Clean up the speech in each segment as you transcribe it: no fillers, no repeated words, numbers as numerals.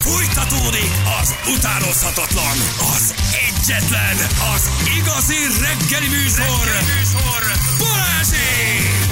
Fújtatódik az utánozhatatlan, az egyetlen, az igazi reggeli műsor, Balázsék!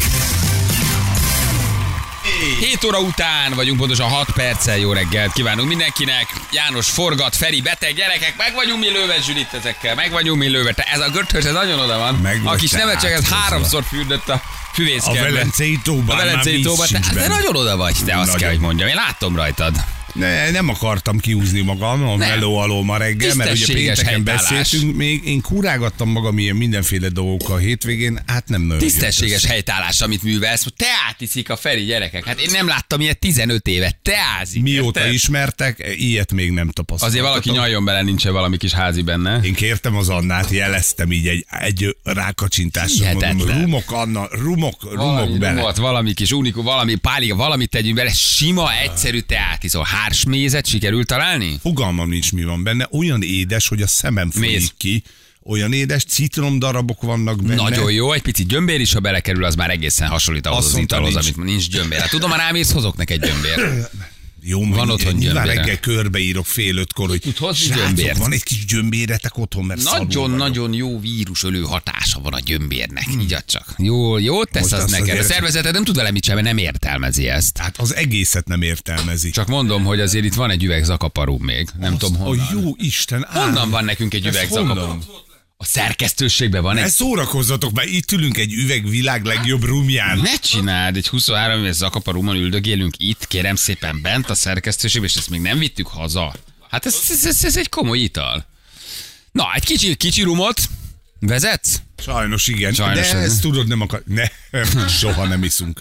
7 óra után vagyunk, pontosan 6 perccel. Jó reggelt kívánunk mindenkinek. János forgat, Feri beteg, gyerekek, meg vagyunk mi lőve Zsülit ezekkel, meg vagyunk mi lőve. Ez a görthös, ez nagyon oda van. A kis nevetséget 3-szor fürdött a füvészkerbe. A Velencei tóban. De nagyon oda vagy, te azt kell, hogy mondjam. Én látom rajtad. Nem akartam kiúzni magam a meló alól ma reggel, mert ugye pénteken beszéltünk, még én kurágattam magam ilyen mindenféle dolgokkal a hétvégén, hát nem nagyon. Tisztességes helytállás, amit művelsz. Teát iszik a Feri, gyerekek. Hát én nem láttam ilyet 15 évet. Teázik. Mióta ismertek, ilyet még nem tapasztaltam. Azért valaki nyaljon bele, nincs valami kis házi benne. Én kértem az Annát, jeleztem így egy rákacsintásra. Rumok, Anna, rumok bele. Valami kis unikú, valami páliga, valamit tegyünk bele. Sima, egyszerű teát iszol. Hársmézet sikerült találni? Fogalmam nincs, mi van benne. Olyan édes, hogy a szemem folyik ki. Olyan édes, citromdarabok vannak benne. Nagyon jó, egy picit gyömbér is, ha belekerül, az már egészen hasonlít ahhoz az italhoz, amit nincs gyömbér. Hát tudom, ha rámész, hozok neked gyömbér. Jó, van otthon gyömbére. Reggel körbeírok fél 5-kor, hogy srácok, van egy kis gyömbéretek otthon, mert nagyon jó vírusölő hatása van a gyömbérnek. Igyad csak. Jó tesz az neked. A szervezeted nem tud vele mit sem, nem értelmezi ezt. Hát az egészet nem értelmezi. Csak mondom, hogy azért itt van egy üveg zakaparú még. Nem tudom honnan. A jó Isten. Honnan van nekünk egy üveg zakaparú? A szerkesztőségben van egy... Ne szórakozzatok, mert itt ülünk egy üveg világ legjobb rumján. Ne csináld, egy 23 éves zakaparúban üldögélünk itt, kérem szépen bent a szerkesztőségben, és ezt még nem vittük haza. Hát ez egy komoly ital. Na, egy kicsi rumot vezetsz? Sajnos igen, de ezt tudod, nem akar... Soha nem iszunk.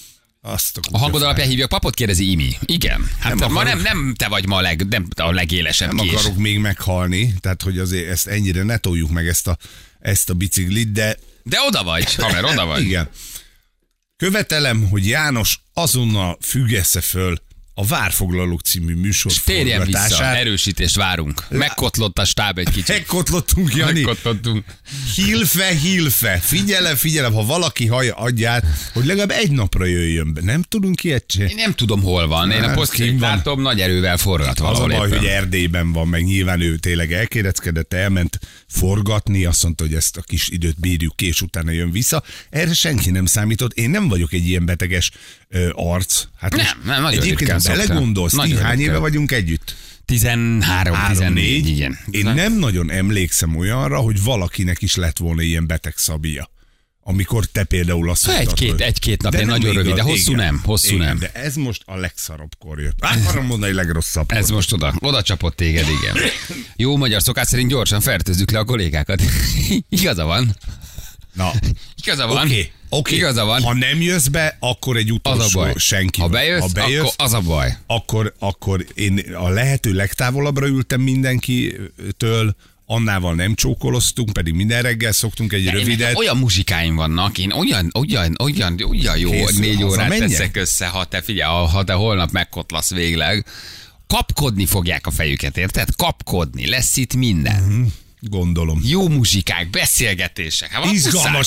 A hangod alapján hívja a papot, kérdezi Imi. Igen. Hát nem te vagy ma a legélesebb Nem akarok még meghalni, tehát hogy azért ezt ennyire ne toljuk meg ezt a biciklit, de... De oda vagy, haver, oda vagy. Igen. Követelem, hogy János azonnal függesse föl a Várfoglalók című műsor térjen vissza, erősítést várunk. Megkotlott a stáb egy kicsit. Megkotlottunk, Jani. Megkotlottunk. Hilfe. Figyelem, ha valaki hallja adját, hogy legalább egy napra jöjjön be. Nem tudunk ilyet csinálni? Én nem tudom, hol van. Én a posztjét látom, nagy erővel forgat valahol. Az a baj, hogy Erdélyben van, meg nyilván ő tényleg elkéreckedett, elment forgatni, azt mondta, hogy ezt a kis időt bírjuk ki, és utána jön vissza. Erre senki nem számított. Én nem vagyok egy ilyen beteges arc. Hát nem, nagyon ritkán belegondolsz, hány éve vagyunk együtt? 13-14, igen. Én nem nagyon emlékszem olyanra, hogy valakinek is lett volna ilyen beteg szabija. Amikor te például azt mondtad, egy-két napja, nagyon rövid, de hosszú nem. De ez most a legszarabbkor jött. Akarom mondani, legrosszabb. Ez most oda csapott téged, igen. Jó magyar szokás szerint gyorsan fertőzzük le a kollégákat. Igaza van. Na, igaza van. Oké. Igaza van. Ha nem jössz be, akkor egy utolsó senki. Ha bejössz, akkor az a baj. Akkor én a lehető legtávolabbra ültem mindenkitől, Annával nem csókoloztunk, pedig minden reggel szoktunk egy rövidet. Olyan muzsikáim vannak, én olyan jó Kész, 4 órát teszek össze, ha te holnap megkotlasz végleg. Kapkodni fogják a fejüket, érted? Kapkodni, lesz itt minden. Gondolom. Jó muzsikák, beszélgetések. Izgalmas,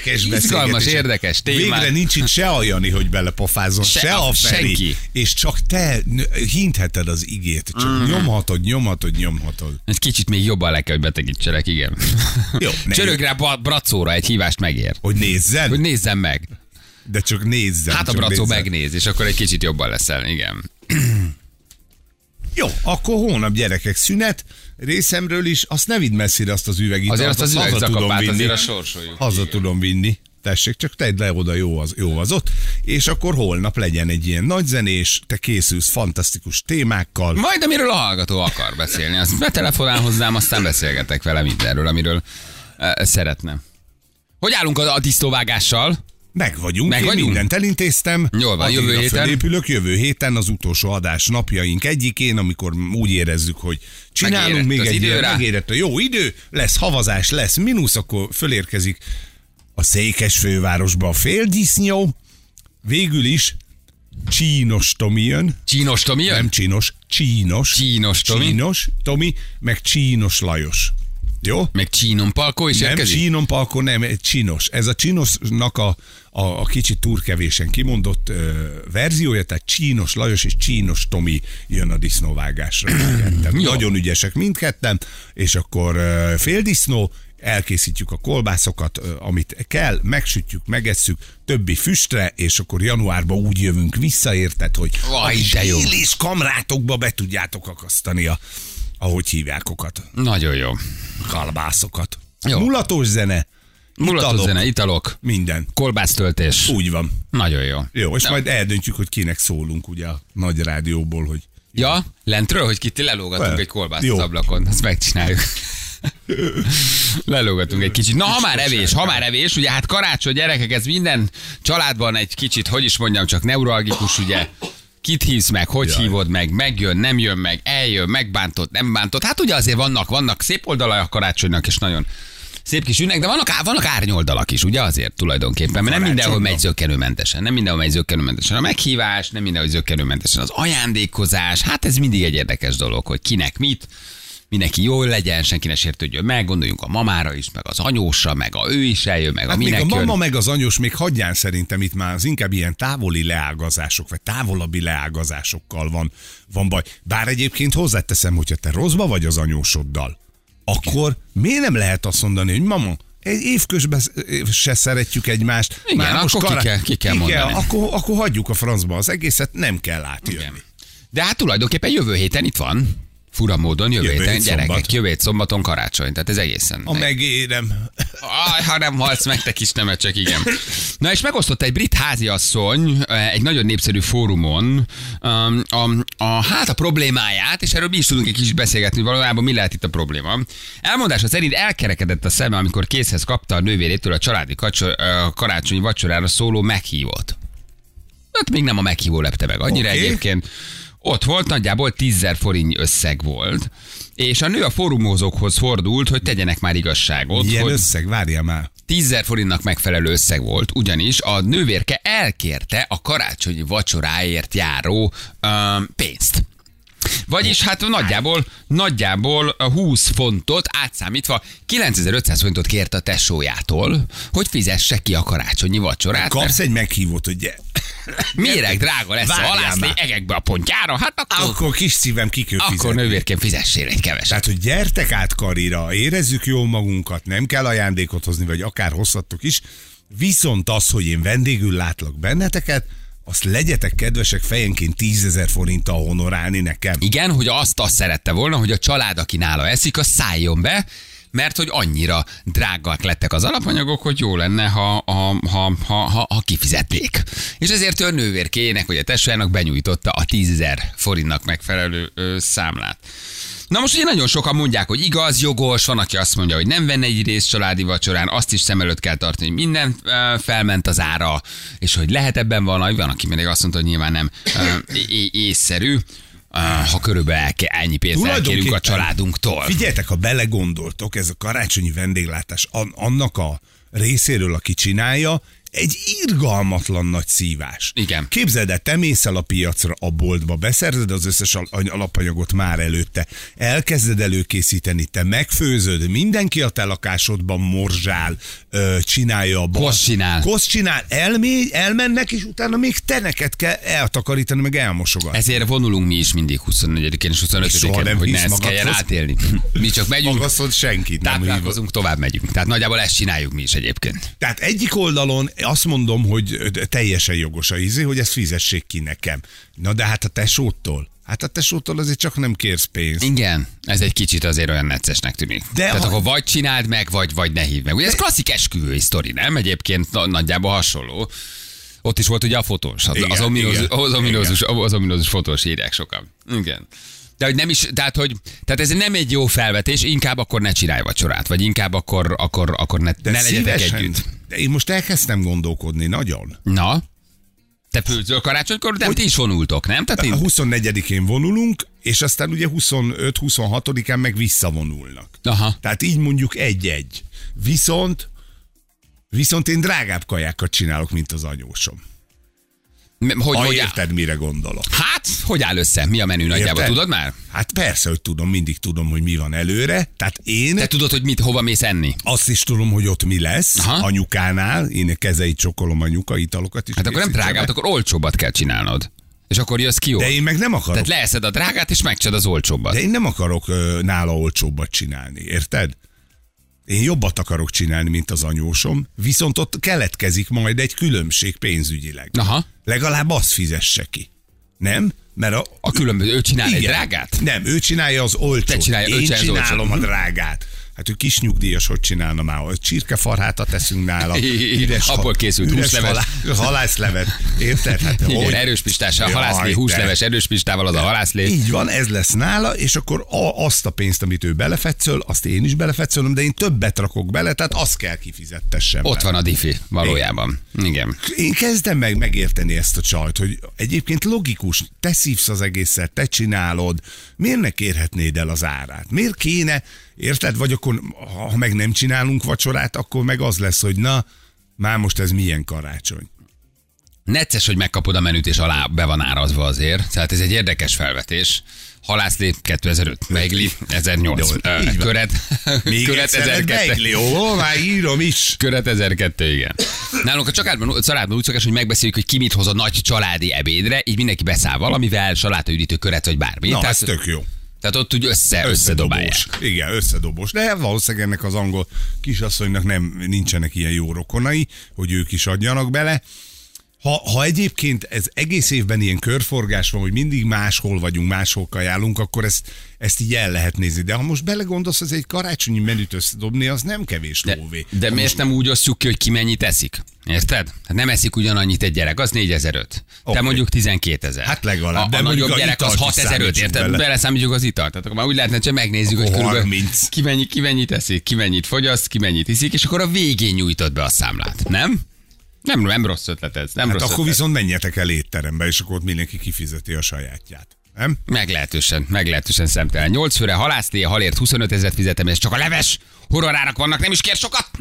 érdekes témák. Végre nincs itt se a Jani, hogy belepofázzon, se a Feri. Senki. És csak te hintheted az igét. Csak nyomhatod. Egy kicsit még jobban le kell, hogy betegítselek, igen. Jó, csörög rá Bracóra, egy hívást megér. Hogy nézzen? Hogy nézzem meg. De csak nézzem. Hát a Bracó megnéz, és akkor egy kicsit jobban leszel, igen. Jó, akkor hónap gyerekek szünet. Részemről is, azt ne vidd messzire azt az üvegitalt. Azért azt az üvegzakapát azért a sorsoljuk. Haza tudom vinni. Tessék, csak tedd le oda, jó az ott. És akkor holnap legyen egy ilyen nagyzenés, te készülsz fantasztikus témákkal. Majd amiről a hallgató akar beszélni. Azt betelefonál hozzám, aztán beszélgetek vele mindenről, amiről szeretne. Hogy állunk a tisztóvágással? Meg vagyunk. Mindent elintéztem. Jól van, jövő héten. Fölépülök, jövő héten az utolsó adás napjaink egyikén, amikor úgy érezzük, hogy csinálunk még egy ilyen, megérett a jó idő, lesz havazás, lesz mínusz, akkor fölérkezik a székes fővárosba a féldísznyó. Végül is Csínos Tomi jön. Csínos Tomi jön? Nem csinos, Csínos. Csínos Tomi. Csínos Tomi, meg Csínos Lajos. Jó? Meg csínompalkó is nem, érkezik? csínompalkó nem, csinos. Ez a csinosnak a kicsit túlkevésen kimondott verziója, tehát Csínos Lajos és Csínos Tomi jön a disznóvágásra. Nagyon ügyesek mindketten, és akkor féldisznó, elkészítjük a kolbászokat, amit kell, megsütjük, megesszük, többi füstre, és akkor januárban úgy jövünk vissza, érted, hogy a és kamrátokba be tudjátok akasztani ahogy hívják okat. Nagyon jó. Kalbászokat. Jó. Mulatos zene. Mulatos zene, italok. Minden. Kolbásztöltés. Úgy van. Nagyon jó. Jó, és majd eldöntjük, hogy kinek szólunk ugye a nagy rádióból, hogy... Ja, lentről, hogy kit lelógatunk egy kolbászt az ablakon. Azt megcsináljuk. Lelógatunk egy kicsit. Na, ha már evés, ugye hát karácsony, gyerekek, ez minden családban egy kicsit, hogy is mondjam, csak neuralgikus, ugye. Kit hívsz meg, hogy hívod meg, megjön, nem jön meg, eljön, megbántott, nem bántott. Hát ugye azért vannak szép oldalai a karácsonynak, és nagyon szép kis ünnep, de vannak árnyoldalak is, ugye azért tulajdonképpen, mert nem mindenhol megy zökkenőmentesen, a meghívás, nem mindenhol zökkenőmentesen az ajándékozás, hát ez mindig egy érdekes dolog, hogy kinek mit, mindenki jól legyen, senki ne sértődjön meg, gondoljunk a mamára is, meg az anyósra, meg ő is eljön, meg hát minek még a mama jön. meg az anyós még hagyján szerintem itt már az inkább ilyen távoli leágazások, vagy távolabbi leágazásokkal van baj. Bár egyébként hozzáteszem, hogyha te rosszba vagy az anyósoddal, akkor miért nem lehet azt mondani, hogy mama, egy évközben se szeretjük egymást. Igen, már akkor ki kell mondani. Akkor hagyjuk a francba az egészet, nem kell átjönni. Igen. De hát tulajdonképpen jövő héten itt van. Fura módon jövő héten, gyerekek, jövő hét szombaton karácsony, tehát ez egészen... Megérem. Ha nem halsz meg, te kis nemet, csak igen. Na és megosztotta egy brit háziasszony egy nagyon népszerű fórumon a problémáját, és erről mi is tudunk egy kicsit beszélgetni, valójában mi lehet itt a probléma. Elmondása szerint elkerekedett a szeme, amikor készhez kapta a nővérétől a családi karácsonyi vacsorára szóló meghívót. Hát még nem a meghívó lepte meg annyira egyébként. Ott volt, nagyjából 10 000 forint összeg volt, és a nő a fórumozókhoz fordult, hogy tegyenek már igazságot. Milyen összeg? Várjál már. 10 000 forintnak megfelelő összeg volt, ugyanis a nővérke elkérte a karácsonyi vacsoráért járó pénzt. Vagyis hát nagyjából 20 fontot átszámítva 9500 forintot kért a tesójától, hogy fizesse ki a karácsonyi vacsorát. Kapsz egy meghívót, hogy méreg drága lesz a halászni egekbe a pontjára, hát akkor kis szívem ki kell fizetni. Akkor nővérként fizessél egy keveset. Tehát, hogy gyertek át karira, érezzük jól magunkat, nem kell ajándékot hozni, vagy akár hozhattok is, viszont az, hogy én vendégül látlak benneteket, azt legyetek kedvesek fejenként 10 000 forinttal honorálni nekem. Igen, hogy azt szerette volna, hogy a család, aki nála eszik, az szálljon be, mert hogy annyira drágák lettek az alapanyagok, hogy jó lenne, ha kifizették. És ezért ő nővérkének, vagy a tesójának benyújtotta a 10 000 forintnak megfelelő számlát. Na most ugye nagyon sokan mondják, hogy igaz, jogos, van, aki azt mondja, hogy nem venne egy részt családi vacsorán, azt is szem előtt kell tartani, hogy minden felment az ára, és hogy lehet ebben valami, van, aki mindig azt mondta, hogy nyilván nem észszerű, ha körülbelül ennyi pénzt elkérünk a családunktól. Figyeljetek, ha belegondoltok, ez a karácsonyi vendéglátás annak a részéről, aki csinálja, egy irgalmatlan nagy szívás. Igen. Képzeld el, te mész el a piacra, a boltba, beszerzed az összes alapanyagot már előtte, elkezded előkészíteni, te megfőzöd, mindenki a te lakásodban morzsál, csinálja a Kosz csinál, elmennek, és utána még te neked kell eltakarítani, meg elmosogatni. Ezért vonulunk mi is mindig 24-én és 25-én, hogy ne ezt kelljen átélni. Mi csak megyünk, magaszod senkit nem táplálkozunk, tovább megyünk. Tehát nagyjából ezt csináljuk mi is egyébként. Tehát egyik oldalon azt mondom, hogy teljesen jogos a ízé, hogy ezt fizessék ki nekem. Na de hát a tesótól? Hát a tesótól azért csak nem kérsz pénzt. Igen, ez egy kicsit azért olyan neccesnek tűnik. Tehát akkor vagy csináld meg, vagy ne hívd meg. Ugye ez klasszik esküvői sztori, nem? Egyébként nagyjából hasonló. Ott is volt ugye a fotós, az ominózus fotós írják sokan. Igen. De hogy nem is, tehát ez nem egy jó felvetés, inkább akkor ne csinálj vacsorát, vagy inkább akkor ne legyetek együtt. De én most elkezdtem gondolkodni nagyon. Na? Te főzöl karácsonykor, de ti is vonultok, nem? Tehát a 24-én vonulunk, és aztán ugye 25-26-án meg visszavonulnak. Aha. Tehát így mondjuk 1-1. Viszont én drágább kajákat csinálok, mint az anyósom. Hogy érted, mire gondolok. Hát, hogy áll össze? Mi a menü nagyjából? Tudod már? Hát persze, hogy tudom, mindig tudom, hogy mi van előre. Tehát Te tudod, hogy hova mész enni? Azt is tudom, hogy ott mi lesz. Aha. Anyukánál. Én kezeit csokolom anyuka, italokat is. Hát akkor nem drágább, akkor olcsóbbat kell csinálnod. És akkor jössz ki jól. De én meg nem akarok. Tehát leeszed a drágát, és megcsinálod az olcsóbbat. De én nem akarok nála olcsóbbat csinálni, érted? Én jobbat akarok csinálni, mint az anyósom, viszont ott keletkezik majd egy különbség pénzügyileg. Aha. Legalább azt fizesse ki. Nem? Mert a különböző, ő csinál egy drágát? Nem, ő csinálja az olcsót. Én csinálom a drágát. Hát ő kis nyugdíjas, hogy csinálna már? Csirkefarhátat teszünk nála. Abból készült húsleves. Halászlevet. Érted? Hát, igen, erős pistás, a halászlé, húsleves erős pistával az a halászlé. Így van, ez lesz nála, és akkor azt a pénzt, amit ő belefetszöl, azt én is belefetszölöm, de én többet rakok bele, tehát azt kell kifizettessem. Ott van a diffi valójában. Igen. Én kezdem megérteni ezt a csajt, hogy egyébként logikus, te szívsz az egészet, te csinálod, miért ne kérhetnéd el az árát? Miért kéne, érted? Vagy akkor, ha meg nem csinálunk vacsorát, akkor meg az lesz, hogy na, már most ez milyen karácsony. Necces, hogy megkapod a menüt, és alá be van árazva azért. Tehát ez egy érdekes halászlé 2005, Beigli 1008, köret 1002. Jó, már írom is. Köret 1002, igen. Nálunk a családban úgy szokás, hogy megbeszéljük, hogy ki mit hoz a nagy családi ebédre, így mindenki beszáll valamivel, salátaüdítő, köret vagy bármi. Na, ez tök jó. Tehát ott úgy összedobálják. Igen, összedobós. De valószínűleg ennek az angol kisasszonynak nincsenek ilyen jó rokonai, hogy ők is adjanak bele. Ha egyébként ez egész évben ilyen körforgás van, hogy mindig máshol vagyunk, máshol kajálunk, akkor ezt így el lehet nézni. De ha most belegondolsz, az egy karácsonyi menüt összedobni, az nem kevés lóvé. De miért nem úgy osztjuk ki, hogy ki mennyit eszik? Érted? Hát nem eszik ugyanannyit egy gyerek, az 4005. Okay. Te mondjuk 12 000. Hát legalább. A nagyobb gyerek az 6005, érted? Beleszámítjuk az italt. Tehát akkor már úgy lehetne, hogy megnézzük, hogy körülbelül ki mennyit eszik, ki mennyit fogyaszt, ki mennyit iszik, és akkor a végén nyújtod be a számlát. Nem? Nem rossz ötlet ez. Nem rossz akkor ötlet. Viszont menjetek el étterembe, és akkor ott mindenki kifizeti a sajátját. Nem? Meglehetősen szemtelen. 8 főre halászlé, halért 25 000 fizetem, és csak a leves horrorárak vannak, nem is kér sokat.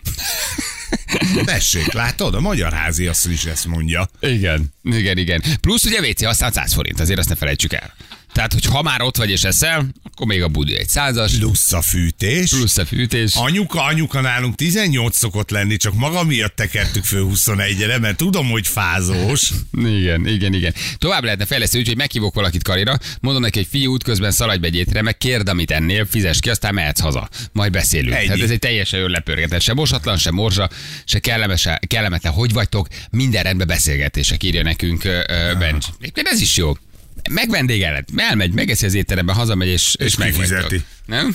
Tessék, látod? A magyar házi asszony is ezt mondja. Igen. Plusz ugye WC aztán 100 forint, azért azt ne felejtsük el. Tehát, hogy ha már ott vagy és eszel, akkor még a budi egy 100-as. Plusz a fűtés. Anyuka nálunk 18 szokott lenni, csak maga miatt tekertük föl 21-re, mert tudom, hogy fázós. Igen. Tovább lehetne fejleszteni, úgyhogy meghívok valakit karira, mondom neki, hogy fiú, útközben szaladj be egy étterembe, kérd, amit ennél, fizess ki, aztán mehetsz haza. Majd beszélünk. Hát ez egy teljesen jól lepörgetés. Se mosatlan, se morzsa, se kellemetlen. Hogy vagytok? Minden rendben beszélgetések, írja nekünk Bencs. Ez is jó. Megvendégeled, elmegy, megeszi az étterembe, hazamegy és megfizeti. Nem?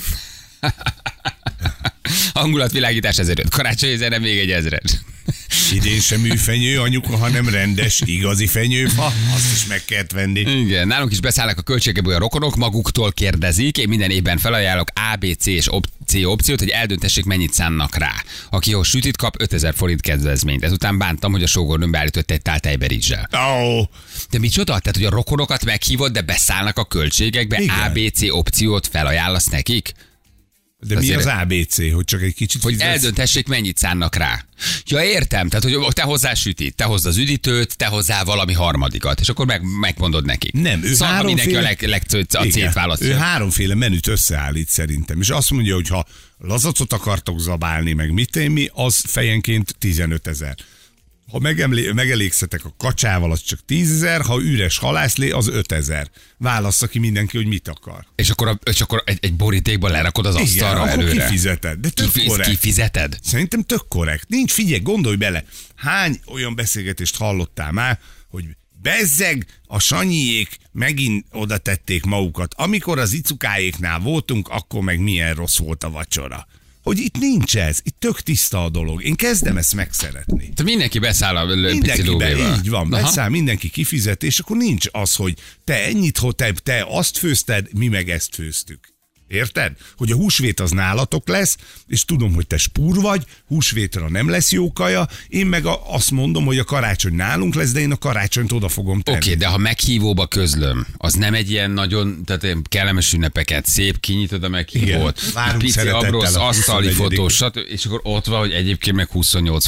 Hangulatvilágítás 1005. Karácsonyi zene még egy 1000. Idén sem műfenyő anyuka, hanem rendes, igazi fenyőfa, azt is meg kellett venni. Igen, nálunk is beszállnak a költségeből a rokonok, maguktól kérdezik, én minden évben felajánlok ABC és C opciót, hogy eldöntessék, mennyit szánnak rá. Aki jó sütit kap, 5000 forint kedvezményt. Ezután bántam, hogy a sógornőm beállított egy tál tejberizssel. Oh. De micsoda? Tehát, hogy a rokonokat meghívod, de beszállnak a költségekbe, igen. ABC opciót felajánlasz nekik? De mi az ABC, hogy csak egy kicsit hogy fizetsz? Eldöntessék, mennyit szánnak rá. Ja, értem. Tehát, hogy te hozzá sütit, te hozd az üdítőt, te hozzá valami harmadikat, és akkor megmondod nekik. Nem, ő szóval mindenki a célt választja. Ő háromféle menüt összeállít szerintem, és azt mondja, hogy ha lazacot akartok zabálni, meg mi, az fejenként 15 000. Ha megelégszetek a kacsával, az csak 10 000, ha üres halászlé, az 5 000. Válassza ki mindenki, hogy mit akar. És akkor egy borítékban lerakod az asztalra előre. Igen, kifizeted. De tök korrekt. Kifizeted? Szerintem tök korrekt. Nincs, figyelj, gondolj bele. Hány olyan beszélgetést hallottál már, hogy bezzeg, a Sanyiék megint oda tették magukat. Amikor az icukáéknál voltunk, akkor meg milyen rossz volt a vacsora. Hogy itt nincs ez, itt tök tiszta a dolog. Én kezdem ezt megszeretni. Tehát mindenki beszáll a pici lóvéval. Így van, beszáll, mindenki kifizet, és akkor nincs az, hogy te ennyit, te azt főzted, mi meg ezt főztük. Érted? Hogy a húsvét az nálatok lesz, és tudom, hogy te spúr vagy, húsvétra nem lesz jó kaja, én meg azt mondom, hogy a karácsony nálunk lesz, de én a karácsonyt oda fogom tenni. Oké, de ha meghívóba közlöm, az nem egy ilyen nagyon, tehát kellemes ünnepeket, szép, kinyitod a meghívót, pici abrosz, asztali fotós, és akkor ott van, hogy egyébként meg 28 font.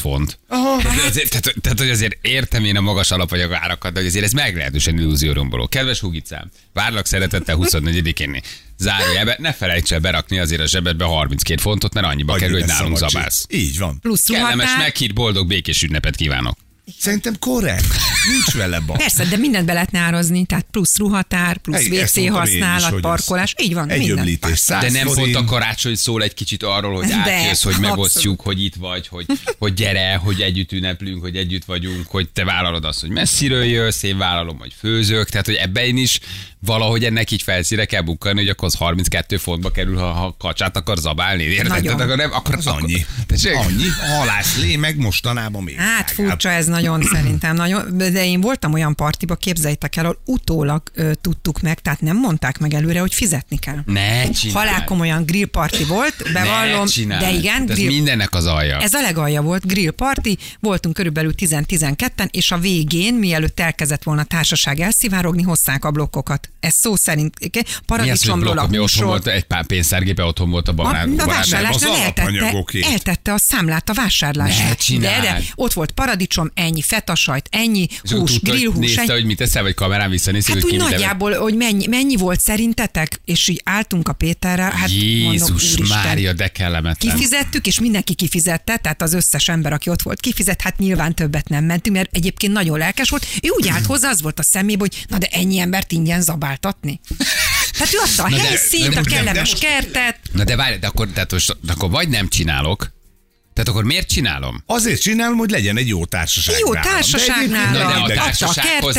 Tehát, hogy azért értem én a magas alapanyag árakat, de hogy azért ez meglehetősen illúzióromboló. Kedves Hugicám, várlak szeretettel 24-én. Zárójelbe, ne felejts el berakni azért a zsebedbe 32 fontot, mert annyiba kerül, hogy nálunk zabálsz. Így van. Plusz kellemes, meghírt, boldog, békés ünnepet kívánok. Szerintem korrekt. Nincs vele baj. Persze, de mindent be lehetne árazni, tehát plusz ruhatár, plusz WC használat, parkolás, így van, egy minden. öblítés, 100 De nem forint. pont a karácsony szól egy kicsit arról, hogy átjössz, hogy megosztjuk, hogy itt vagy, hogy gyere, hogy együtt ünneplünk, hogy együtt vagyunk, hogy te vállalod azt, hogy messziről jössz, én vállalom, hogy főzök, tehát hogy ebben is valahogy ennek így felszíre kell bukkani, hogy akkor az 32 fontba kerül, ha kacsát akar zabálni. Érted? Akkor az annyi. Annyi. Halászlé meg mostanában még. Hát furcsa ez nagyon szerintem. Nagyon, de én voltam olyan partiba, képzeljétek el, ahol utólag tudtuk meg, tehát nem mondták meg előre, hogy fizetni kell. Ne csinálj. Halálkomolyan grill party volt, bevallom, de igen. Ez mindennek az alja. Ez a legalja volt, grill party, voltunk körülbelül 10-12-en, és a végén, mielőtt elkezdett volna a társaság elszivárogni, hozták a blokkokat. Ez szó szerint paradicsomról a mi otthon húsról. volt, egy pár pénztárgépe otthon volt a barát. A vásárlásnál eltette a számlát a vásárlásnál. De ott volt paradicsom, ennyi fetasajt, ennyi hús, grillhús. Nézte, hogy mit eszel, vagy kamerán visszanézsz, hát hogy úgy nagyjából, hogy mennyi volt szerintetek, és így álltunk a Péterrel, hát Jézus mondom, Mária, de kellemetlen. Kifizettük, és mindenki kifizette, tehát az összes ember, aki ott volt, kifizett, hát nyilván többet nem mentünk, mert egyébként nagyon lelkes volt. Ő úgy állt hozzá, az volt a szemébe, hogy na de ennyi embert ingyen zabáltatni. Tehát ő adta a helyszínt, a kellemes kertet. Na de várj, de akkor vagy nem csinálok, tehát akkor miért csinálom? Azért csinálom, hogy legyen egy jó társaság. Jó társaság nálam. De a társasághoz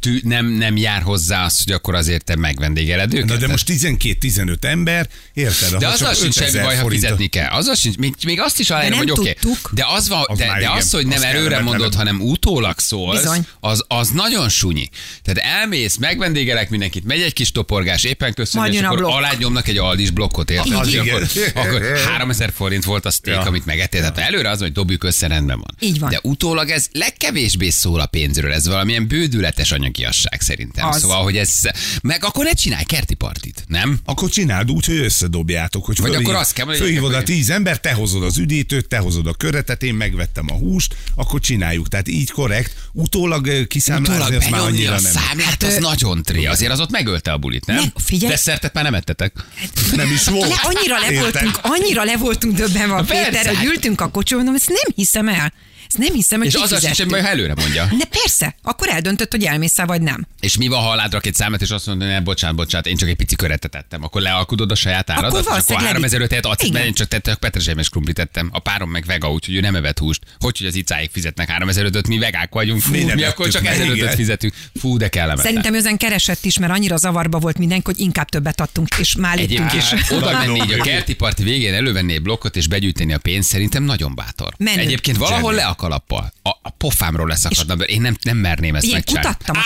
nem jár hozzá az, hogy akkor azért te megvendégeled őket. Na de most 12-15 ember, érted? De azzal sincs semmi baj, ha fizetni kell. Azzal sincs, még azt is aláírom, hogy oké. De az, hogy nem előre mondod, hanem utólag szólsz, az nagyon sunyi. Tehát elmész, megvendégelek mindenkit, megy egy kis toporgás, éppen köszönöm, és akkor alányomnak egy Aldis blokkot, érted? Akkor 3000 forint volt a steak, amit megettél. Tehát előre az, hogy dobjuk össze, rendben van. Így van. De utólag ez legkevésbé szól a pénzről, ez valamilyen bődületes anyagiasság szerintem. Az. Szóval, hogy ez, meg akkor ne csinálj kerti partit, nem? Akkor csináld úgy, hogy összedobjátok, hogy vagy akkor azt kell mondani, fölhívod a 10 ember, te hozod az üdítőt, te hozod a köretet, én megvettem a húst, akkor csináljuk. Tehát így korrekt. Utólag kiszámlázni, azt már annyira nem. Számlát, az nagyon tré. Azért az ott megölte a bulit, nem? Figyelj. Desszertet már nem ettetek. Nem is volt. Annyira le voltunk döbbenve a Péterre, hogy ültünk a kocsiban, mondom, ezt nem hiszem el. Ezt nem hiszem, hogy és azzal sincs semmi baj, ha előre mondja. De persze, akkor eldöntött, hogy elmész vagy nem. És mi van, ha aládrak egy számát, és azt mondod, hogy bocsánat, én csak egy pici köretet ettem. Akkor lealkudod a saját áradat, és akkor 3500 adsz, mert én csak petrezselymes krumplit ettem. A párom meg vega, úgyhogy ő nem evett húst. Hogy az icáig fizetnek 3500-öt, mi vegák vagyunk. Mi akkor csak 1500-öt fizetünk. Fú, de kellemetlen. Szerintem ezen keresett is, mert annyira zavarba volt mindenki, hogy inkább többet adtunk, és már léptünk is. Oda menni a kerti parti végén, elővenni egy blokkot és begyűjteni a pénzt, szerintem nagyon bátor. Egyébként valahol le a kalappal. A pofámról leszakadna, én nem merném ezt megcsinálni. Kutattam.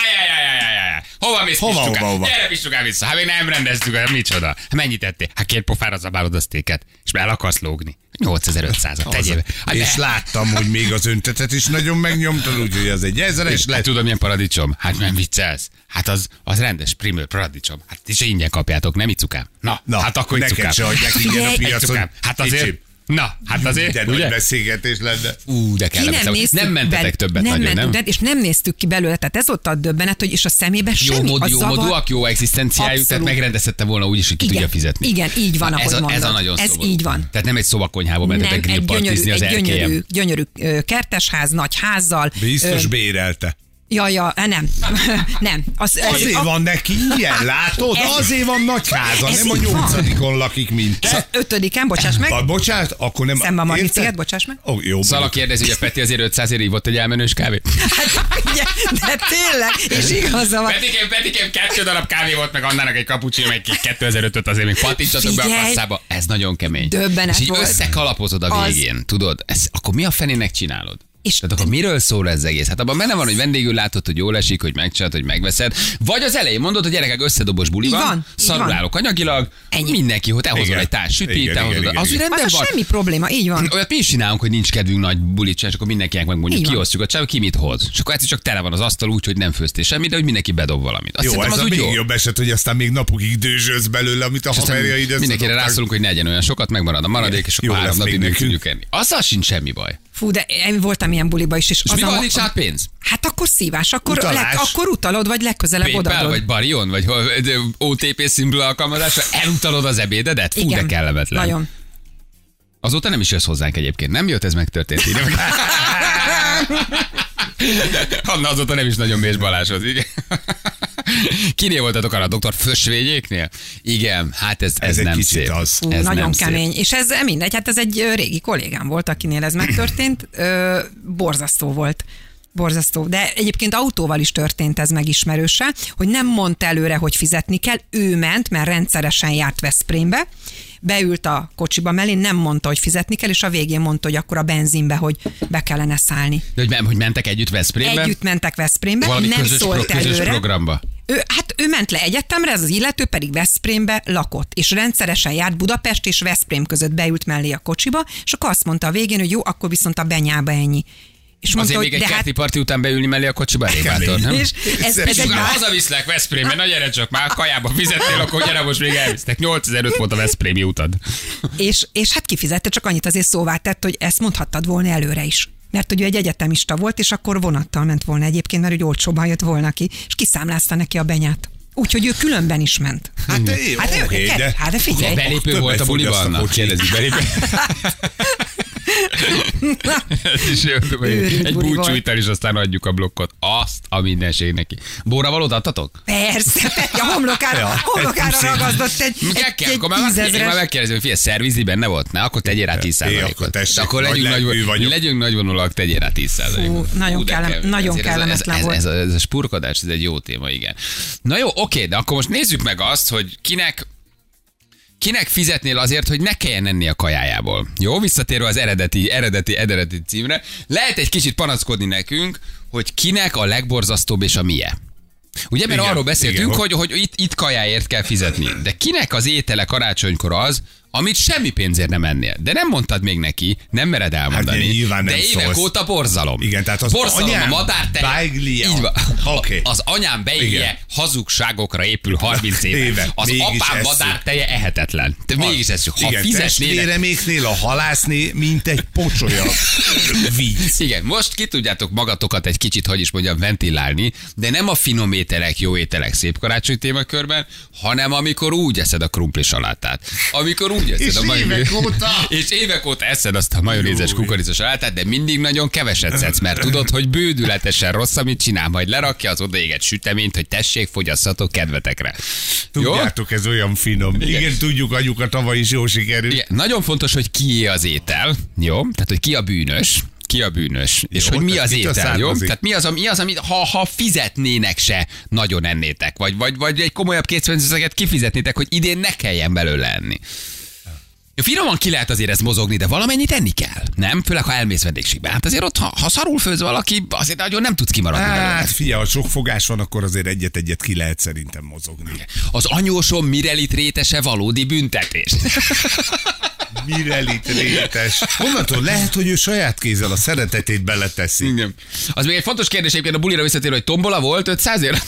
Hova mész, Pistukám? Gyere, Pistukám, vissza. Hát még nem rendeztük, micsoda. Hát mennyit ettél? Hát 2 pofára zabálod a sztéket, és be el akarsz lógni. 8500-at tegyél. És láttam, hogy még az öntetet is nagyon megnyomtad, úgyhogy az egy 1000-es lett. Tudom, milyen paradicsom? Hát nem viccelsz. Hát az rendes primőr paradicsom. Hát is ingyen kapjátok, nem Icukám? Na, hát akkor Icukám. Neked se adják ingyen a piacon. Hát azért... Na, hát azért, de nagy beszélgetés lenne. De kellemetlen. Nem mentetek többet nagyon, nem? És nem néztük ki belőle, tehát ez ott a döbbenet, hogy és a szemébe semmi. Jó modúak, jó egzisztenciájuk, tehát megrendezhette volna úgyis, hogy ki tudja fizetni. Igen, így van, ahogy mondod. Ez a nagyon ez szomorú. így van. Tehát nem egy szobakonyhába mentetek grillpartizni az erkélyen. Gyönyörű kertesház, nagy házzal. Biztos bérelte. Ja, nem. Azért van neki ilyen, látod? Azért van nagy háza, nem a 8-on lakik, mint te. 5-en, bocsáss meg. Bocsánat, akkor nem... Szemben a Margit-sziget, bocsáss meg. Jó. Szala kérdezi, hogy a Peti azért 500-ért hívott egy elmenős kávét. Hát ugye, de tényleg, és igaza van. Petikém, 2 darab kávé volt, meg Annának egy kapucsi, meg 2005-öt azért még patintsatok be a kasszába. Ez nagyon kemény. Döbbenet és így volt. összekalapozod a végén, tudod? Akkor mi a fenének csinálod? Tehát akkor miről szól ez egész? Hát abban benne van, hogy vendégül látod, hogy jól esik, hogy megcsinálod, hogy megveszed. Vagy az elején mondod, hogy gyerekek, összedobos buli van, szarul állok anyagilag, mindenki, hogy te hozol egy társ sütit, te hozod. Az rendben van. Semmi probléma, így van. Olyat mi is csinálunk, hogy nincs kedvünk nagy bulit csinálni, és akkor mindenkinek megmondjuk, kiosztjuk a csáv, ki mit hoz. És akkor egyszer csak tele van az asztal úgy, hogy nem főztél semmit, de hogy mindenki bedob valamit. Azt jó, ez az a még jobb eset, hogy aztán még napokig dőzsölsz belőle, amit a haverjaid. Mindenkire rászólunk, hogy ne egyen olyan sokat, megmarad a maradék, és akkor 3 napig meg tudjuk enni. Azzal sincs semmi baj. Fú, de én voltam ilyen buliba is. És mi van, nincs át pénz? Hát akkor szívás, akkor utalod, vagy legközelebb PayPal, odaadod. vagy Barion, vagy OTP szimbol alkalmazásra, elutalod az ebédedet? Fú, igen, de kellemetlen. Nagyon. Azóta nem is jössz hozzánk egyébként. Nem jött, ez megtörtént. Anna azóta nem is nagyon Bés Balázshoz, igen. Kinél voltatok arra, a doktor Fösvényéknél? Igen, hát ez nem kicsit szép. Az. Ez nagyon nem kemény. Szép. És ez mindegy, hát ez egy régi kollégám volt, akinél ez megtörtént. Borzasztó volt. Borzasztó. De egyébként autóval is történt ez megismerőse, hogy nem mondta előre, hogy fizetni kell. Ő ment, mert rendszeresen járt Veszprémbe, beült a kocsiba mellé, nem mondta, hogy fizetni kell, és a végén mondta, hogy akkor a benzinbe, hogy be kellene szállni. De hogy mentek együtt Veszprémbe? Együtt mentek Veszprémbe, valami nem szólt közös előre. programba? Ő ment le egyetemre, ez az illető pedig Veszprémbe lakott, és rendszeresen járt Budapest és Veszprém között, beült mellé a kocsiba, és akkor azt mondta a végén, hogy jó, akkor viszont a Benyába ennyi. És mondta, azért még egy kerti parti után beülni mellé a kocsiba elég bátor, nem? És ez egy hazaviszlek Veszprémbe, na gyere csak már, kajába fizettél, akkor gyere, most még elvisztek. 8005 volt a veszprémi utad. És hát kifizette, csak annyit azért szóvá tett, hogy ezt mondhattad volna előre is. Mert hogy ő egy egyetemista volt, és akkor vonattal ment volna egyébként, mert hogy olcsóban jött volna ki, és kiszámlázta neki a Benyát. Úgyhogy ő különben is ment. Hát de figyelj. Belépő volt a buliban, kérdezik, belépő. Egy búcsúital is, aztán adjuk a blokkot. Azt a mindenség neki. Bóravalót adtatok? Persze, a homlokára ragazdott egy 10 000-es. Én már megkérdezem, hogy figyelj, szervizni benne volt? Ne, akkor tegyél rá 10%-ot. Akkor legyünk nagyvonulak, tegyél rá 10%-ot. Nagyon kellemetlen volt. Ez a spurkodás, ez egy jó téma, igen. Na jó, oké, de akkor most nézzük meg azt, hogy kinek fizetnél azért, hogy ne kelljen enni a kajájából. Jó, visszatérve az eredeti címre, lehet egy kicsit panaszkodni nekünk, hogy kinek a legborzasztóbb és a milyen. Ugye, mert arról beszéltünk, hogy itt kajáért kell fizetni. De kinek az étele karácsonykor az, amit semmi pénzért nem ennél. De nem mondtad még neki, nem mered elmondani. Hát de évek óta borzalom. Igen, tehát az borzalom, anyám a madárteje. Így van. Okay. Az anyám beigje hazugságokra épül 30 éve. Az apám madárteje ehetetlen. De mégis ez, ha igen, fizetnének... testvéreméknél, a halászné, mint egy pocsolya víz. Igen, most ki tudjátok magatokat egy kicsit, hogy is mondjam, ventilálni, de nem a finom ételek, jó ételek szép karácsony témakörben, hanem amikor úgy eszed a krumpli salátát. Amikor úgy eszed a és évek óta eszed azt a majonézes kukorica salátát, de mindig nagyon keveset szedsz, mert tudod, hogy bődületesen rossz, amit csinál, majd lerakja az odaégett süteményt, hogy tessék, fogyasszatok kedvetekre. Tudjátok, ez olyan finom. Igen, tudjuk, anyuka tavaly is jó sikerült. Igen. Nagyon fontos, hogy kié az étel, jó? Tehát, hogy ki a bűnös. Ki a bűnös? És jó, hogy mi az étel, jó? Tehát mi az, amit ha fizetnének se, nagyon ennétek, vagy egy komolyabb készpénzösszeget kifizetnétek, hogy idén ne kelljen belőle enni. Finoman ki lehet azért ezt mozogni, de valamennyit enni kell. Nem? Főleg, ha elmész vendégségbe. Hát azért ott, ha szarul főz valaki, azért nagyon nem tudsz kimaradni belőle. Hát figyelj, ha sok fogás van, akkor azért egyet-egyet ki lehet szerintem mozogni. Az anyósom mirelit rétese valódi büntetés. Mirelit rétes. Honnantól lehet, hogy ő saját kézzel a szeretetét beleteszi. Igen. Az még egy fontos kérdés egyébként a bulira visszatérő, hogy tombola volt 500-ért?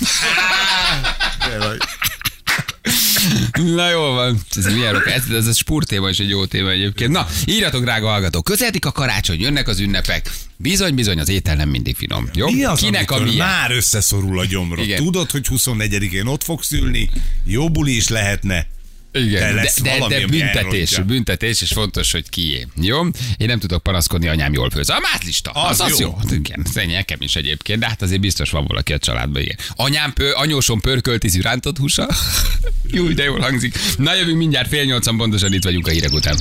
Na jól van, ez a spúrtéma is egy jó téma egyébként. Na, írjatok, drága hallgatók, közeledik a karácsony, jönnek az ünnepek. Bizony, az étel nem mindig finom. Jó? Mi az, kinek a milyen? Már összeszorul a gyomrod. Igen. Tudod, hogy 24-én ott fogsz ülni, jó buli is lehetne. Igen, de büntetés, és fontos, hogy kié. Jó? Én nem tudok panaszkodni, anyám jól főz. A mázlista, az jó. Igen, nekem is egyébként, de hát azért biztos van valaki a családban, igen. Anyósom pörköltízű rántott húsa. Jó, de jól hangzik. Na, jövünk mindjárt 7:30, pontosan itt vagyunk a hírek után.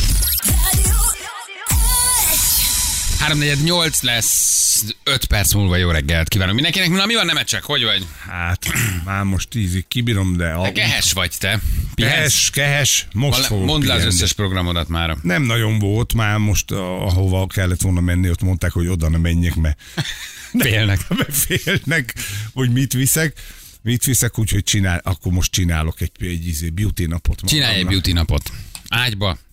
3:48 lesz, 5 perc múlva jó reggelt kívánok mindenkinek. Na, mi van, Nemecsek? Hogy vagy? Hát, már most 10-ig kibírom, de... Te kehes vagy, te. Kehes, most fogok mondd le az összes programodat már. Nem nagyon volt, már most ahova kellett volna menni, ott mondták, hogy oda ne menjek, mert... Félnek, hogy mit viszek, úgyhogy akkor most csinálok egy beauty napot. Csinálj egy beauty napot. Ágyba.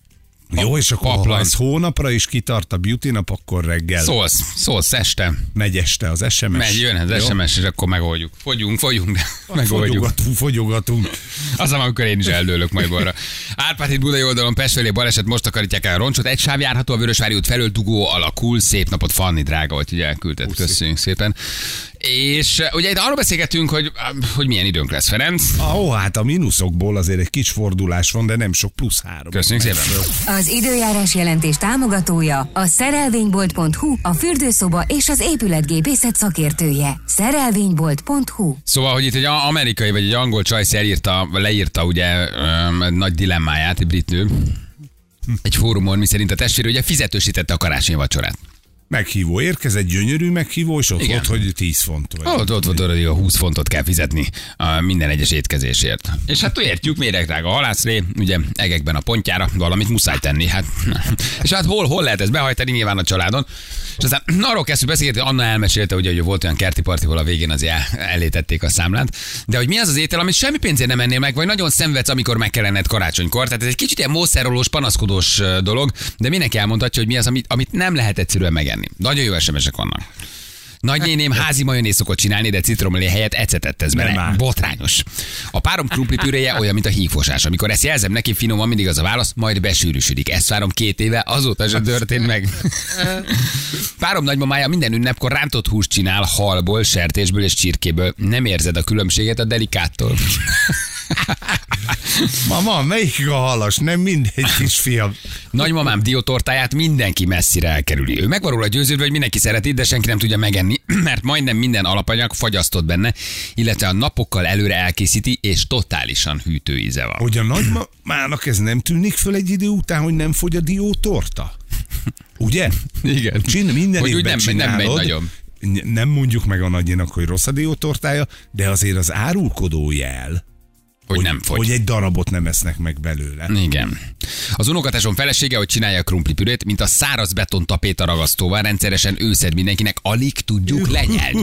Jó, és akkor ha ez hónapra is kitart a beauty nap, akkor reggel. Szólsz este. Megy este az SMS. Jön az SMS, és akkor megoldjuk. Fogyunk, de megoldjuk. Fogyogatunk. Aztán, amikor én is eldőlök majd balra. Árpád híd Budai oldalon Pest felé baleset, most takarítják el a roncsot. Egy sáv járható, a Vörösvári út felől dugó alakul. Szép napot, Fanni, drága, hogy ugye elküldted. Köszönjük szépen. És ugye itt arról beszélgetünk, hogy milyen időnk lesz, Ferenc. Hát a mínuszokból azért egy kis fordulás van, de nem sok, +3. Köszönjük szépen. Az időjárás jelentés támogatója a szerelvénybolt.hu, a fürdőszoba és az épületgépészet szakértője. Szerelvénybolt.hu. Szóval, hogy itt egy amerikai vagy egy angol csajsz leírta ugye nagy dilemmáját, egy brit nő, egy fórumon, miszerint a testvére ugye fizetősítette a karácsonyi vacsorát. Meghívó érkezett, gyönyörű meghívó, és ott volt, hogy 10 font. Ott volt, hogy a 20 fontot kell fizetni a minden egyes étkezésért. És hát értjük, méregdrága halászlé, ugye egekben a pontjára valamit muszáj tenni. Hát. És hát hol lehet ezt behajtani, nyilván a családon. És aztán arról kezdtük beszélni, Anna elmesélte, ugye, hogy volt olyan kerti parti, ahol a végén azért elétették a számlát. De hogy mi az az étel, amit semmi pénzért nem ennél meg, vagy nagyon szenvedsz, amikor meg kell enned karácsonykor. Tehát ez egy kicsit ilyen mószerolós, panaszkodós dolog, de mindenki elmondhatja, hogy mi az, amit nem lehet egyszerűen megenni. Nagyon jó SMS-ek vannak. Nagynéném házi majonéz szokott csinálni, de citromlé helyett ecetet tesz bele. Botrányos. A párom krumplipüréje olyan, mint a hígfosás. Amikor ezt jelzem neki, finoman mindig az a válasz, majd besűrűsödik. Ezt várom 2 éve, azóta sem történt meg. Párom nagymamája minden ünnepkor rántott húst csinál halból, sertésből és csirkéből. Nem érzed a különbséget a delikáttól. Mama, melyik a halas? Nem mindegy, kisfiam. Nagymamám diótortáját mindenki messzire elkerüli. Ő meg van róla győződve, hogy mindenki szereti, de senki nem tudja megenni, mert majdnem minden alapanyag fagyasztott benne, illetve a napokkal előre elkészíti, és totálisan hűtő íze van. Hogy a nagymamának ez nem tűnik föl egy idő után, hogy nem fogy a diótorta? Ugye? Igen. Minden évben nem megy nagyon. Nem mondjuk meg a nagyjának, hogy rossz a diótortája, de azért az árulkodó jel, hogy nem fogy. Hogy egy darabot nem esznek meg belőle. Igen. Az unokatásom felesége, hogy csinálja a krumplipürét, mint a száraz beton tapéta ragasztóval, rendszeresen őszed mindenkinek, alig tudjuk lenyelni.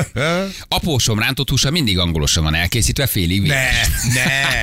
Apósom rántott húsa mindig angolosan van elkészítve, félig vízes. Ne!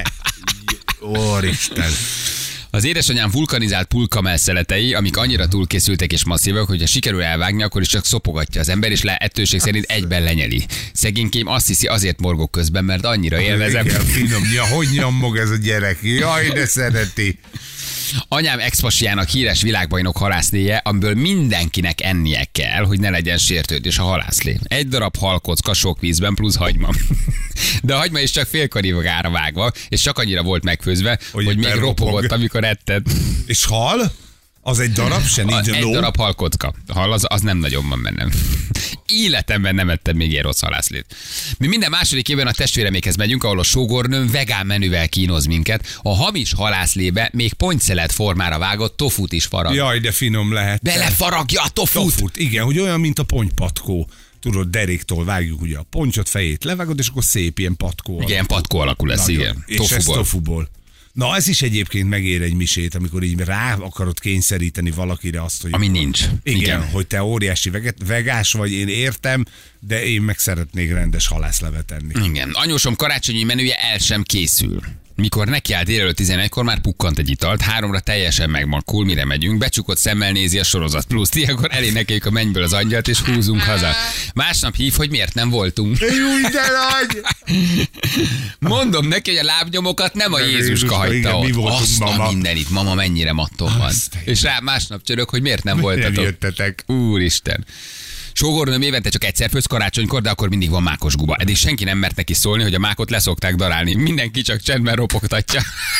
Úristen! Az édesanyám vulkanizált pulkamell szeletei, amik annyira túlkészültek és masszívak, hogy ha sikerül elvágni, akkor is csak szopogatja az ember, és ettőség szerint egyben lenyeli. Szegénykém azt hiszi, azért morgok közben, mert annyira élvezem. Igen, finomja, hogy nyammog ez a gyerek? Jaj, de szereti. Anyám expasiának híres világbajnok halászléje, amiből mindenkinek ennie kell, hogy ne legyen sértődés a halászlé. 1 darab halkocka sok vízben plusz hagyma. De a hagyma is csak félkarivogára vágva, és csak annyira volt megfőzve, hogy még ropogott, amikor etted. És hal? Az egy darab se nincs. Egy darab halkocka. Hal az nem nagyon van bennem. Életemben nem ettem még ilyen rossz halászlét. Mi minden második évben a testvéremékhez megyünk, ahol a sógornőm vegán menüvel kínoz minket. A hamis halászlébe még pontszelet formára vágott tofut is farag. Jaj, de finom lehet. Belefaragja a tofut. Igen, hogy olyan, mint a pontypatkó. Tudod, deréktól vágjuk ugye a pontyot, fejét levágod, és akkor szép ilyen patkó. Igen, ilyen patkó alakú lesz, nagyon. Igen. És ez tofuból. Na, ez is egyébként megér egy misét, amikor így rá akarod kényszeríteni valakire azt, hogy... Ami nincs. Igen, hogy te óriási vegás vagy, én értem, de én meg szeretnék rendes halászlevet enni. Igen. Anyósom karácsonyi menüje el sem készül. Mikor nekiállt délelőtt 11-kor, már pukkant egy italt, 3-ra teljesen megmakul, mire megyünk, becsukott szemmel nézi a Sorozat Pluszt, ilyenkor elé nekéjük a mennyből az angyalt, és húzunk haza. Másnap hív, hogy miért nem voltunk. Jó, de nagy! Mondom neki, hogy a lábnyomokat nem a Jézuska hagyta ott. Azt a mindenit, mama mennyire mattom van. És rá másnap csörök, hogy miért nem voltatok. Nem jöttetek. Úristen. Sógornőm évente csak egyszer főz karácsonykor, de akkor mindig van mákos guba. Eddig senki nem mert neki szólni, hogy a mákot leszokták darálni. Mindenki csak csendben ropogtatja.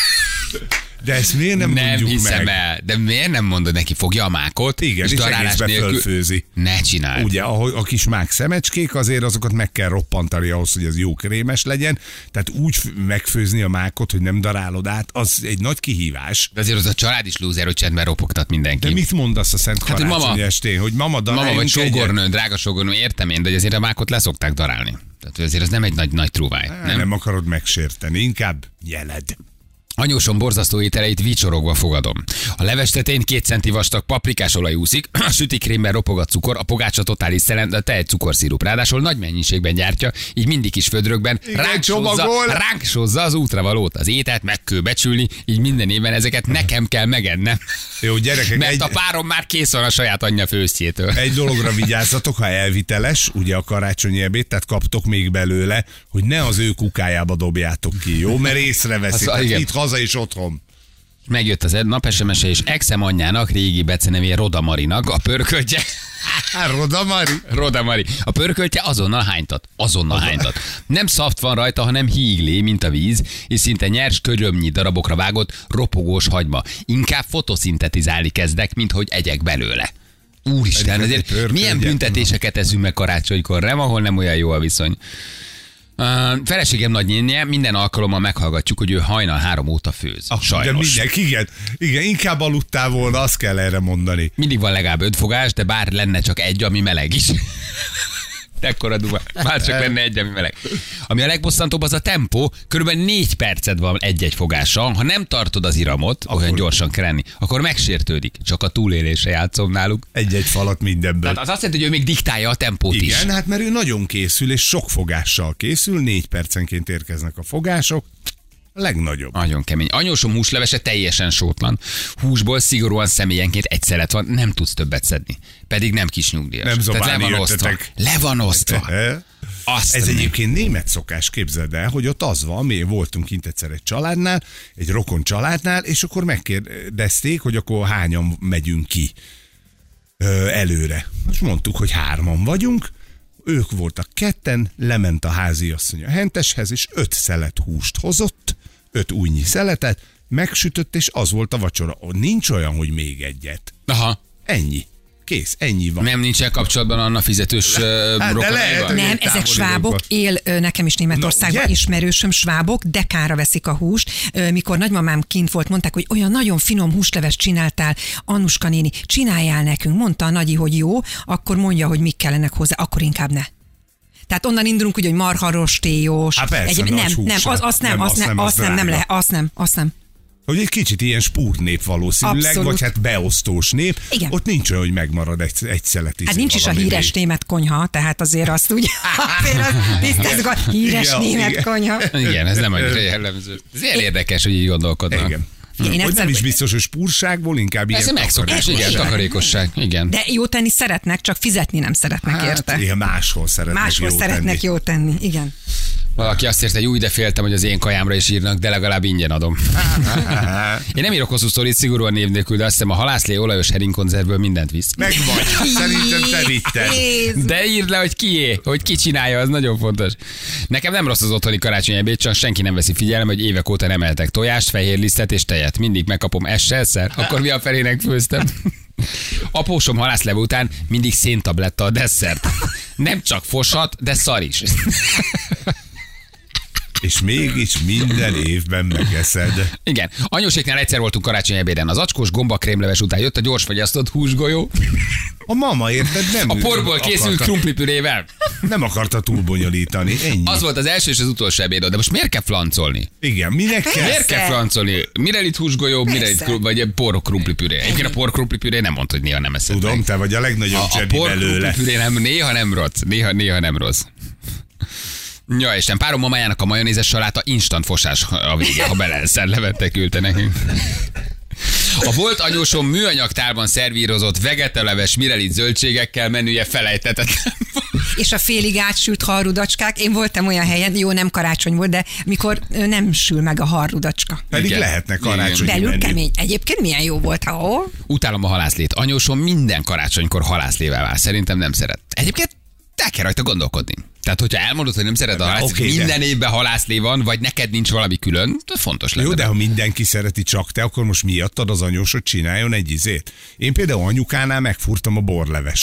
De ezt miért nem mondjuk hiszem meg? el. De miért nem mondod neki, fogja a mákot, igen, és darálás nélkül fölfőzi. Ne csináld. Ugye, a kis mák szemecskék, azért azokat meg kell roppantani ahhoz, hogy az jó krémes legyen. Tehát úgy megfőzni a mákot, hogy nem darálod át, az egy nagy kihívás. De azért az a család is lúzer, hogy csendben ropogtat mindenki. De mit mondasz a Szent Karácsony estén? Hogy mama vagy sógornő, drága sógornő, értem én, de azért a mákot leszokták darálni. Tehát azért az nem egy nagy trúváj. Nem akarod megsérteni, inkább jeled. Anyósom borzasztó ételeit vicsorogva fogadom. A leves tetején 2 centi vastag paprikás olaj úszik, a sütikrémben ropog a cukor, a pogácsa totális szelend, a tej cukorszirup. Ráadásul nagy mennyiségben gyártja, így mindig kis födrökben ránk sózza az útravalót. Az ételt meg kell becsülni, így minden évben ezeket nekem kell megennem. Jó, gyerekek, mert a párom már kész van a saját anyja főztjétől. Egy dologra vigyázzatok, ha elviteles, ugye a karácsonyi ebéd, tehát kaptok még belőle, hogy ne az ő kukájába dobjátok ki, jó? Mert észreveszik. Itt haza és otthon. Megjött az nap SMS-e, és exem anyjának, régi becenevé Roda Marinak a pörköltje. Roda Mari. A pörköltje azonnal hánytat. Nem szaft van rajta, hanem híglé, mint a víz, és szinte nyers körömnyi darabokra vágott ropogós hagyma. Inkább fotoszintetizálni kezdek, mint hogy egyek belőle. Úristen, ezért milyen büntetéseket eszünk meg karácsonykor, nem, ahol nem olyan jó a viszony. Feleségem nagynénje, minden alkalommal meghallgatjuk, hogy ő hajnal 3 óta főz. Sajnos. Igen, inkább aludtál volna, azt kell erre mondani. Mindig van legalább 5 fogás, de bár lenne csak egy, ami meleg is. Ekkora duma. Már csak lenne egy, ami meleg. Ami a legbosszantóbb, az a tempó. Körülbelül 4 perced van egy-egy fogással. Ha nem tartod az iramot, akkor olyan gyorsan kell lenni, akkor megsértődik. Csak a túlélésre játszom náluk. Egy-egy falat mindenből. Tehát az azt jelenti, hogy ő még diktálja a tempót is. Igen, hát mert ő nagyon készül, és sok fogással készül. 4 percenként érkeznek a fogások. A legnagyobb. Nagyon kemény. Anyósom húslevese teljesen sótlan. Húsból szigorúan személyenként egy szelet van, nem tudsz többet szedni. Pedig nem kis nyugdíjas. Nem zobálni Le van osztva. Ez egyébként német szokás, képzeld el, hogy ott az van, mi voltunk kint egyszer egy családnál, egy rokon családnál, és akkor megkérdezték, hogy akkor hányan megyünk ki előre. Most mondtuk, hogy 3-an vagyunk, ők voltak 2, lement a háziasszony a henteshez, és 5 szelet húst hozott, 5 újnyi szeletet, megsütött, és az volt a vacsora. Nincs olyan, hogy még egyet. Aha. Ennyi. Kész, ennyi van. Nem nincsen kapcsolatban Anna fizetős rokonaival? Nem, ezek svábok, él nekem is Németországban ismerősöm svábok, dekára veszik a húst. Mikor nagymamám kint volt, mondták, hogy olyan nagyon finom húslevest csináltál, Annuska néni, csináljál nekünk. Mondta a nagyi, hogy jó, akkor mondja, hogy mik kellenek hozzá, akkor inkább ne. Tehát onnan indulunk úgy, hogy marharostélyos. Azt nem. Hogy egy kicsit ilyen spúrnép valószínűleg, abszolút. Vagy hát beosztós nép. Igen. Ott nincs olyan, hogy megmarad egy szelet. Hát nincs is a híres német konyha, tehát azért azt úgy híres német konyha. Igen, ez nem annyira jellemző. Ez érdekes, hogy így gondolkodnak. Igen. Hogy nem is biztos, hogy spúrságból, inkább ilyen megszokás, igen, takarékosság, igen. De jó tenni szeretnek, csak fizetni nem szeretnek érte. Igen, máshol szeretnek jó tenni, igen. Valaki azt írta, hogy úgy, de féltem, hogy az én kajámra is írnak, de legalább ingyen adom. Én nem írok hosszú sztorit, szigorúan név nélkül, de azt hiszem a halászlé olajos heringkonzervből mindent visz. Megvagy, szerintem te vitted. De írd le, hogy kié, hogy ki csinálja, az nagyon fontos. Nekem nem rossz az otthoni karácsonyi ebéd, csak senki nem veszi figyelembe, hogy évek óta nem emeltek tojást, fehérlisztet és tejet. Mindig megkapom esselszer, akkor mi a felének főztem. Apósom halászleve után mindig széntabletta a desszert. Nem csak foshat, de szar is. És mégis minden évben megeszed. Igen. Anyóséknál egyszer voltunk karácsonyi ebéden. Az acskós gombakrémleves után jött a gyorsfagyasztott húsgolyó. A mama, érted? Nem a porból készült krumplipürével. Nem akarta túl bonyolítani. Ennyi. Az volt az első és az utolsó ebéd, de most miért kell flancolni? Igen, minek kell? Miért kell flancolni? Mire itt húsgolyó, mire itt vagy por krumplipüré? Egyébként a por krumplipüré nem mondta, hogy néha nem eszed. Tudom, meg. Te vagy a legnagyobb zsebi belőle. A por krumplipüré néha nem rossz. Néha nem rossz. Ja, Isten, párom mamájának a majonézes saláta instant fosás a vége, ha belenszer levette, küldte nekünk. A volt anyósom műanyagtálban szervírozott vegetaleves mirelit zöldségekkel menüje felejthetetlen. És a félig átsült harrudacskák, én voltam olyan helyen, jó, nem karácsony volt, de mikor nem sül meg a harrudacska. Pedig igen, lehetne karácsonyi belül menü. Kemény. Egyébként milyen jó volt, ha Utálom a halászlét. Anyósom minden karácsonykor halászlével vár. Szerintem nem szeret. Egyébként el kell rajta gondolkodni. Tehát, hogyha elmondod, hogy nem szereted a halászlét, minden évben halászlé van, vagy neked nincs valami külön, fontos lenne. Jó, de ha mindenki szereti, csak te, akkor most miattad az anyósod csináljon egy izét. Én például anyukánál megfúrtam a borlevest.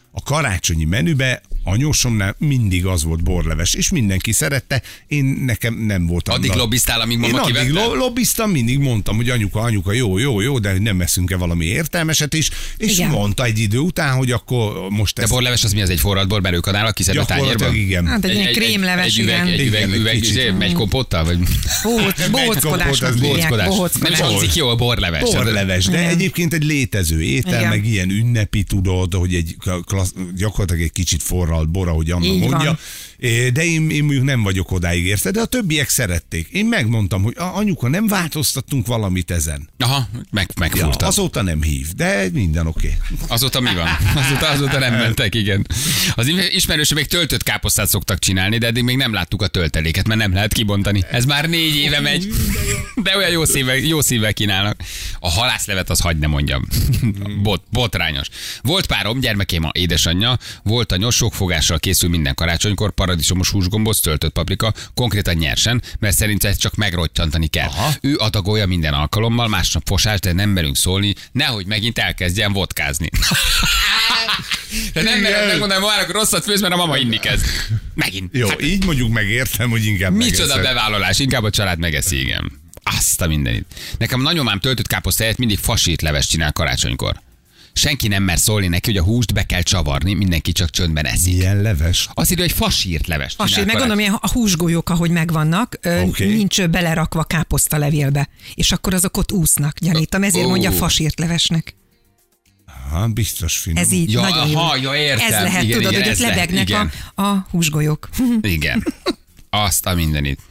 a karácsonyi menübe anyósomnál mindig az volt borleves, és mindenki szerette, nekem nem volt. Addig lobbiztál, amíg mama kivette? Én addig lobbiztam, mindig mondtam, hogy anyuka, jó, de nem eszünk-e valami értelmeset is, és igen. Mondta egy idő után, hogy akkor most de borleves az mi, az egy forralt bor, belőkanál, a kiszed a tányérba? Igen. Hát egy krémleves, igen. Egy kompottal, vagy? Bohóckodás. Nem is hangzik jó a borleves. Borleves, de egyébként egy létező étel, meg ilyen ünnepi, tudod, hogy egy gyakorlatilag egy kicsit forralt bor, ahogy Anna mondja. De én mondjuk nem vagyok odáig érte, de a többiek szerették. Én megmondtam, hogy anyuka, nem változtattunk valamit ezen. Aha, megfúrtad. Ja, azóta nem hív, de minden oké. Azóta mi van? Azóta nem mentek, igen. Az ismerősök még töltött káposztát szoktak csinálni, de eddig még nem láttuk a tölteléket, mert nem lehet kibontani. Ez már 4 éve megy, de olyan jó szívvel kínálnak. A halászlevet az hagyd ne mondjam. Botrányos. Volt párom, gyermekém a édesanyja, volt a sokfogással készül minden karácsonykor, paradicsomos húsgomboc, töltött paprika, konkrétan nyersen, mert szerint csak megrottyantani kell. Aha. Ő adagolja minden alkalommal, másnap fosás, de nem merünk szólni, nehogy megint elkezdjen vodkázni. De nem merem megmondani, hogy már rosszat főz, mert a mama inni kezd. Megint. Jó, hát, így mondjuk megértem, hogy inkább megeszed. Micsoda bevállalás, inkább a család megeszi, igen. Azt a mindenit. Nekem a nagyomám töltött káposzta helyett mindig fasírt leves csinál karácsonykor. Senki nem mer szólni neki, hogy a húst be kell csavarni, mindenki csak csöndben eszik. Milyen leves? Azt írja, hogy fasírt leves. Fasírt, meg gondolom, a húsgolyók, ahogy megvannak, nincs belerakva káposztalevélbe. És akkor azok ott úsznak, gyanítom. Ezért mondja fasírt levesnek. Aha, biztos finom. Ez így nagyon jó. Értem. Ez lehet, igen, tudod, hogy ott lebegnek a húsgolyók. Igen. Azt a mindenit.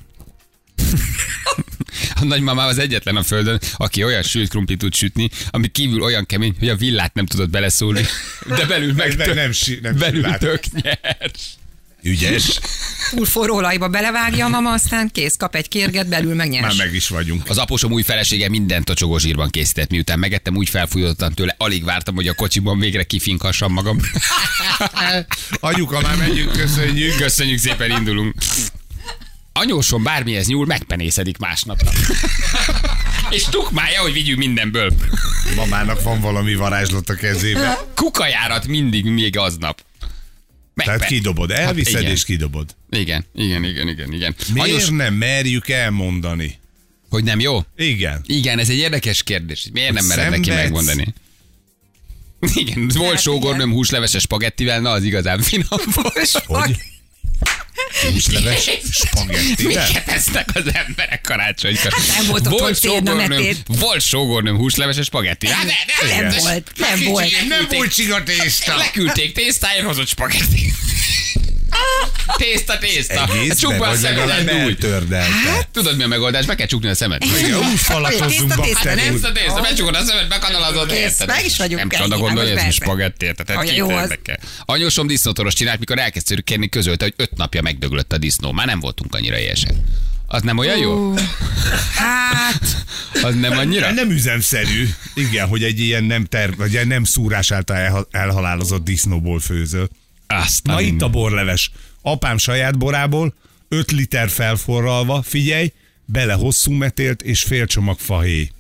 A nagymamám az egyetlen a földön, aki olyan sült krumplit tud sütni, ami kívül olyan kemény, hogy a villát nem tudod beleszólni, de belül meg belül tök nyers. Ügyes. Túl forró olajba belevágja a mama, aztán kész, kap egy kérget, belül meg nyers. Már meg is vagyunk. Az apósom új felesége mindent tocsogó zsírban készített, miután megettem, úgy felfújottam tőle, alig vártam, hogy a kocsiban végre kifinkassam magam. Anyuka, már megyünk, köszönjük. Köszönjük szépen, indulunk. Anyósom bármihez nyúl, megpenészedik másnapra. És tukmálja, hogy vigyünk mindenből. Mamának van valami varázslat a kezében. Kukajárat mindig, még aznap. Tehát kidobod, elviszed és kidobod. Igen. Miért nem merjük elmondani? Hogy nem jó? Igen. Igen, ez egy érdekes kérdés. Miért nem mered neki megmondani? Igen, volt sógornőm húsleveses spagettivel, na az igazán finom volt. Hogy? Húsleves spagettivel? Miket esznek az emberek karácsonykor? Hát nem volt otthon szédnömetét. Volt sógornőm húsleveses spagettivel. Nem volt. Nem volt csiga tészta. Leküldték tésztáért, hozott spagetti. Tészta. Egészben, vagy legalább eltördelte. Tudod, mi a megoldás? Be kell csukni a szemed. Úgy falatozzunk bakterút. Nem tészta, becsukod a szemed, bekanalazod. Meg is vagyunk. Nem csoda gondolni, ez spagetti, érted? Anyósom disznótoros csinált, mikor elkezdtük kérni, közölte, hogy 5 napja megdöglött a disznó. Már nem voltunk annyira éhesek. Az nem olyan jó? Hát... Az nem annyira? Nem üzemszerű. Igen, hogy egy ilyen vagy nem szúrás által elhalálozott disznóból főzöl. Na itt a borleves. Apám saját borából, 5 liter felforralva, figyelj, bele hosszú metélt és fél csomag fahéj.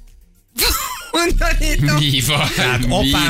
Mi van? Tehát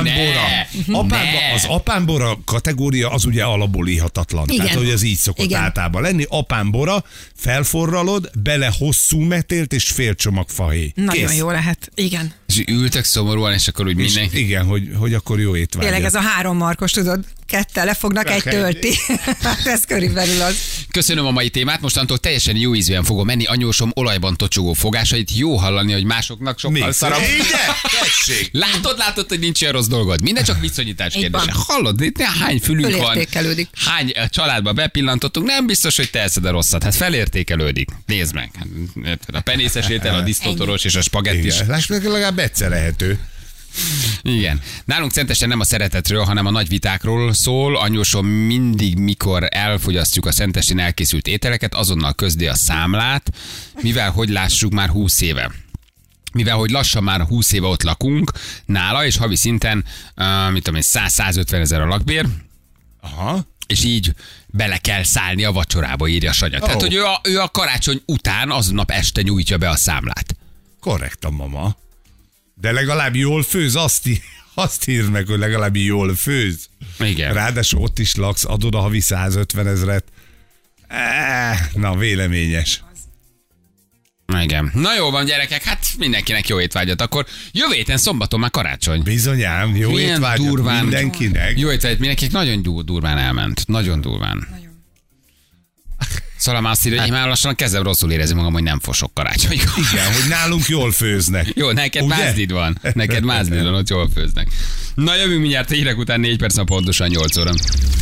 az apámbora kategória az ugye alapból ihatatlan. Igen. Tehát, hogy ez így szokott általában lenni. Apámbora, felforralod, bele hosszú metélt és fél csomag fahéj. Nagyon jó lehet. Igen. És ültök szomorúan, és akkor úgy mindenki... Igen, hogy akkor jó étvágyat. Tényleg ez a 3 markos, tudod, 2 lefognak, 1 tölti. Ez körülbelül az. Köszönöm a mai témát, mostantól teljesen jó ízűen fogom menni anyósom olajban tocsogó fogásait. Jó hallani, hogy másoknak sokkal szarabb. Látod, hogy nincs olyan rossz dolgod. Minden csak viszonyítás kérdése. Hallod, hány fülünk van, hány családba bepillantottunk, nem biztos, hogy te eszed a rosszat. Hát felértékelődik. Nézd meg. A penészes étel, a disznótoros és a spagetti is. Láss meg, legalább egyszer lehető. Igen. Nálunk Szentesen nem a szeretetről, hanem a nagy vitákról szól. Anyósom mindig, mikor elfogyasztjuk a Szentestén elkészült ételeket, azonnal közdi a számlát, mivel hogy lássuk már 20 éve. Mivel hogy lassan már 20 éve ott lakunk nála, és havi szinten, 100-150 ezer a lakbér. Aha. És így bele kell szállni a vacsorába, írja Sanya. Tehát, hogy ő a karácsony után aznap este nyújtja be a számlát. Korrekt a mama. De legalább jól főz, azt Azt írd meg, hogy legalább jól főz. Igen. Ráadásul ott is laksz, adod a havi 150 000. Na, véleményes. Igen. Na jó van, gyerekek, hát mindenkinek jó étvágyat. Akkor jövő héten szombaton már karácsony. Bizonyám, jó Milyen étvágyat durván, mindenkinek. Jó étvágyat mindenkinek, nagyon durván elment. Nagyon durván. Szóval azt írja, hogy én már lassan kezdem rosszul érezni magam, hogy nem fosok karácsonykor. Igen, hogy nálunk jól főznek. Jó, neked mázdid van. Neked mázdid van, ott jól főznek. Na jövünk mindjárt hírek után 4 perc pontosan 8 óra.